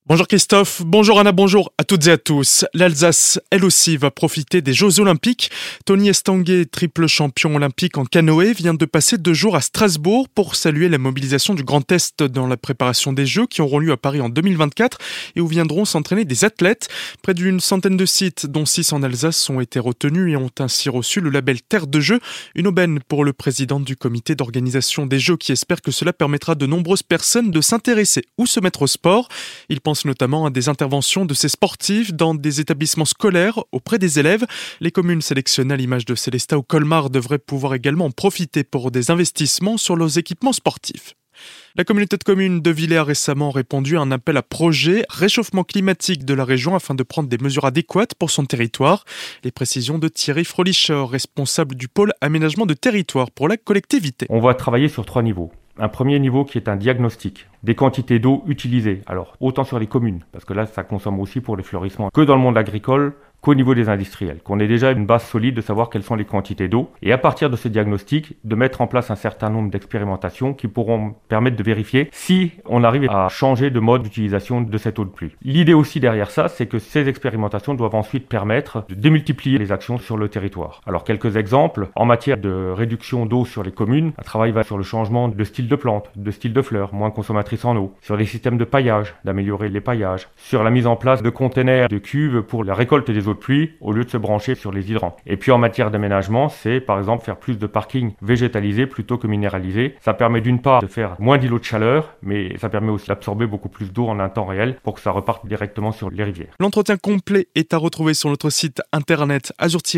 Bonjour Christophe, bonjour Anna, bonjour à toutes et à tous. L'Alsace, elle aussi, va profiter des Jeux Olympiques. Tony Estanguet, triple champion olympique en canoë, vient de passer 2 jours à Strasbourg pour saluer la mobilisation du Grand Est dans la préparation des Jeux qui auront lieu à Paris en 2024 et où viendront s'entraîner des athlètes. Près d'une centaine de sites, dont 6 en Alsace, ont été retenus et ont ainsi reçu le label Terre de Jeux. Une aubaine pour le président du comité d'organisation des Jeux qui espère que cela permettra à de nombreuses personnes de s'intéresser ou se mettre au sport. Il pense notamment à des interventions de ces sportifs dans des établissements scolaires auprès des élèves. Les communes sélectionnées à l'image de Sélestat ou Colmar devraient pouvoir également en profiter pour des investissements sur leurs équipements sportifs. La communauté de communes de Villers a récemment répondu à un appel à projet réchauffement climatique de la région afin de prendre des mesures adéquates pour son territoire. Les précisions de Thierry Frolicher, responsable du pôle aménagement de territoire pour la collectivité. On va travailler sur 3 niveaux. Un premier niveau qui est un diagnostic des quantités d'eau utilisées. Alors, autant sur les communes, parce que là, ça consomme aussi pour les fleurissements, que dans le monde agricole, qu'au niveau des industriels, qu'on ait déjà une base solide de savoir quelles sont les quantités d'eau, et à partir de ce diagnostic, de mettre en place un certain nombre d'expérimentations qui pourront permettre de vérifier si on arrive à changer de mode d'utilisation de cette eau de pluie. L'idée aussi derrière ça, c'est que ces expérimentations doivent ensuite permettre de démultiplier les actions sur le territoire. Alors quelques exemples, en matière de réduction d'eau sur les communes, un travail va sur le changement de style de plante, de style de fleurs, moins consommatrices en eau, sur les systèmes de paillage, d'améliorer les paillages, sur la mise en place de containers, de cuves pour la récolte des eaux de pluie au lieu de se brancher sur les hydrants. Et puis en matière d'aménagement, c'est par exemple faire plus de parkings végétalisés plutôt que minéralisés. Ça permet d'une part de faire moins d'îlots de chaleur, mais ça permet aussi d'absorber beaucoup plus d'eau en un temps réel pour que ça reparte directement sur les rivières. L'entretien complet est à retrouver sur notre site internet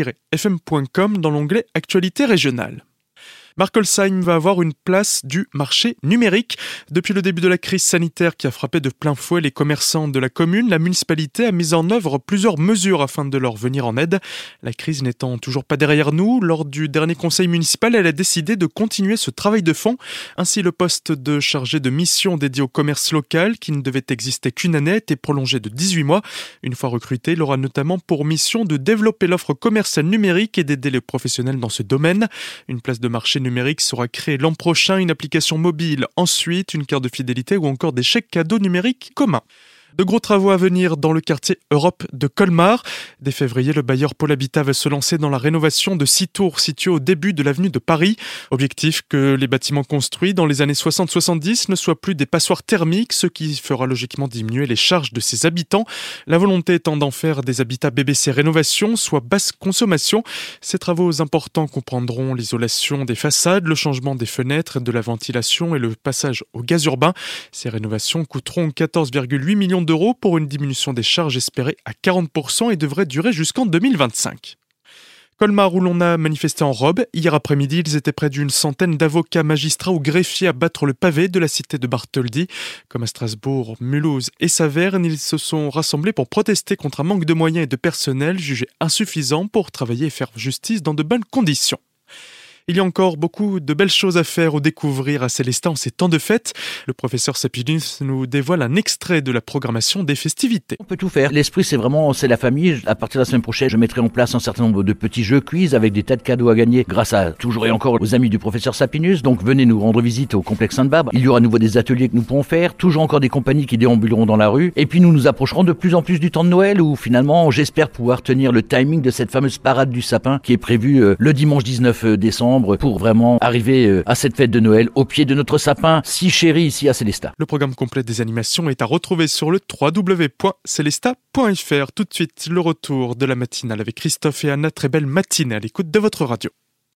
azur-fm.com dans l'onglet Actualité régionale. Markolsheim va avoir une place du marché numérique. Depuis le début de la crise sanitaire qui a frappé de plein fouet les commerçants de la commune, la municipalité a mis en œuvre plusieurs mesures afin de leur venir en aide. La crise n'étant toujours pas derrière nous, lors du dernier conseil municipal, elle a décidé de continuer ce travail de fond. Ainsi, le poste de chargé de mission dédié au commerce local, qui ne devait exister qu'une année, a été prolongé de 18 mois. Une fois recruté, il aura notamment pour mission de développer l'offre commerciale numérique et d'aider les professionnels dans ce domaine. Une place de marché numérique sera créée l'an prochain, une application mobile ensuite, une carte de fidélité ou encore des chèques cadeaux numériques communs. De gros travaux à venir dans le quartier Europe de Colmar. Dès février, le bailleur Pôle Habitat va se lancer dans la rénovation de 6 tours situées au début de l'avenue de Paris. Objectif que les bâtiments construits dans les années 60-70 ne soient plus des passoires thermiques, ce qui fera logiquement diminuer les charges de ses habitants. La volonté étant d'en faire des habitats BBC Rénovation, soit basse consommation. Ces travaux importants comprendront l'isolation des façades, le changement des fenêtres, de la ventilation et le passage au gaz urbain. Ces rénovations coûteront 14,8 millions d'euros pour une diminution des charges espérée à 40% et devrait durer jusqu'en 2025. Colmar, où l'on a manifesté en robe. Hier après-midi, ils étaient près d'une centaine d'avocats, magistrats ou greffiers à battre le pavé de la cité de Bartholdi. Comme à Strasbourg, Mulhouse et Saverne, ils se sont rassemblés pour protester contre un manque de moyens et de personnel jugé insuffisant pour travailler et faire justice dans de bonnes conditions. Il y a encore beaucoup de belles choses à faire ou découvrir à Sélestat en ces temps de fête. Le professeur Sapinus nous dévoile un extrait de la programmation des festivités. On peut tout faire. L'esprit, c'est la famille. À partir de la semaine prochaine, je mettrai en place un certain nombre de petits jeux quiz avec des tas de cadeaux à gagner grâce à toujours et encore aux amis du professeur Sapinus. Donc venez nous rendre visite au complexe Sainte-Barbe. Il y aura à nouveau des ateliers que nous pourrons faire. Toujours encore des compagnies qui déambuleront dans la rue. Et puis nous nous approcherons de plus en plus du temps de Noël où finalement, j'espère pouvoir tenir le timing de cette fameuse parade du sapin qui est prévue le dimanche 19 décembre. Pour vraiment arriver à cette fête de Noël au pied de notre sapin si chéri ici à Sélestat. Le programme complet des animations est à retrouver sur le www.sélestat.fr. Tout de suite, le retour de la matinale avec Christophe et Anna. Très belle matinée à l'écoute de votre radio.